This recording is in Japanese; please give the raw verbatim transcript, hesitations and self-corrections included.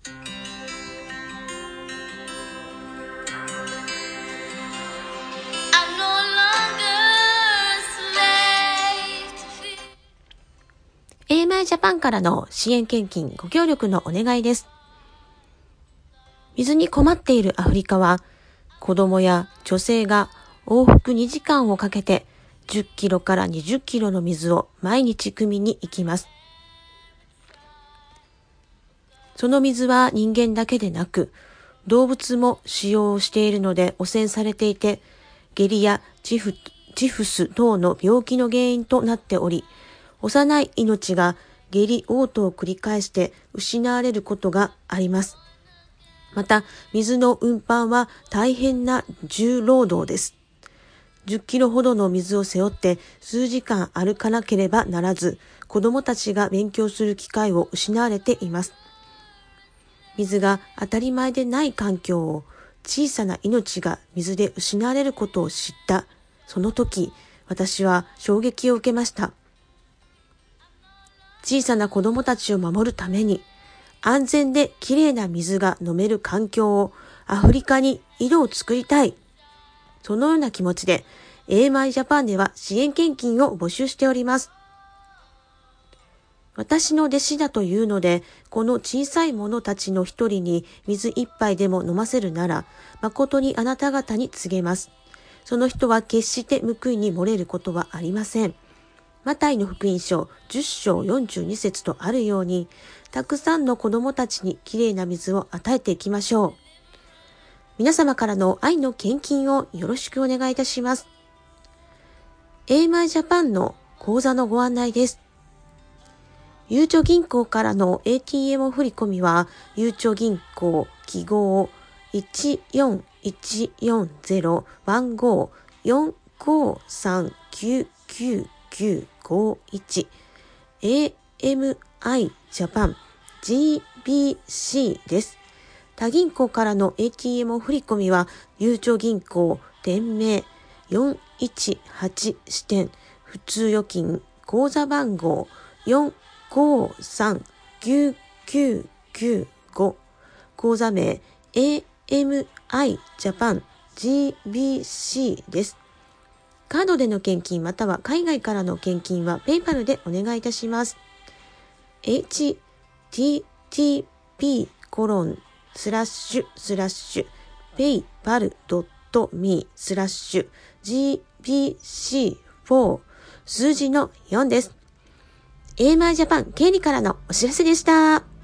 エーエムアイ ジャパンからの支援献金ご協力のお願いです。水に困っているアフリカは、子供や女性が往復にじかんをかけてじゅっキロからにじゅっキロの水を毎日汲みに行きます。その水は人間だけでなく、動物も使用しているので汚染されていて、下痢やチフ、チフス等の病気の原因となっており、幼い命が下痢嘔吐を繰り返して失われることがあります。また、水の運搬は大変な重労働です。じゅっキロほどの水を背負って数時間歩かなければならず、子供たちが勉強する機会を失われています。水が当たり前でない環境を小さな命が水で失われることを知った、その時、私は衝撃を受けました。小さな子供たちを守るために、安全できれいな水が飲める環境をアフリカに井戸を作りたい。そのような気持ちで エーエムアイ ジャパンでは支援献金を募集しております。私の弟子だというので、この小さい者たちの一人に水一杯でも飲ませるなら、誠にあなた方に告げます。その人は決して報いに漏れることはありません。マタイの福音書じゅっ章よんじゅうに節とあるように、たくさんの子供たちにきれいな水を与えていきましょう。皆様からの愛の献金をよろしくお願いいたします。エーエムアイ ジャパンの口座のご案内です。ゆうちょ銀行からの エーティーエム 振込は、ゆうちょ銀行記号いちよんいちよんゼロ番号よんごさんきゅうきゅうきゅうごいち エーエムアイ ジャパン ジービーシー です。他銀行からの エーティーエム 振込は、ゆうちょ銀行店名よんいちはち支店普通預金口座番号よんごさんきゅうきゅうきゅうご口座名 エーエムアイ ジャパン ジービーシー です。カードでの献金または海外からの献金はペイパルでお願いいたします。エイチティーティーピーコロンスラッシュスラッシュペイパルドットミースラッシュ ジービーシーフォー 数字のよんです。エーエムアイ ジャパン経理からのお知らせでした。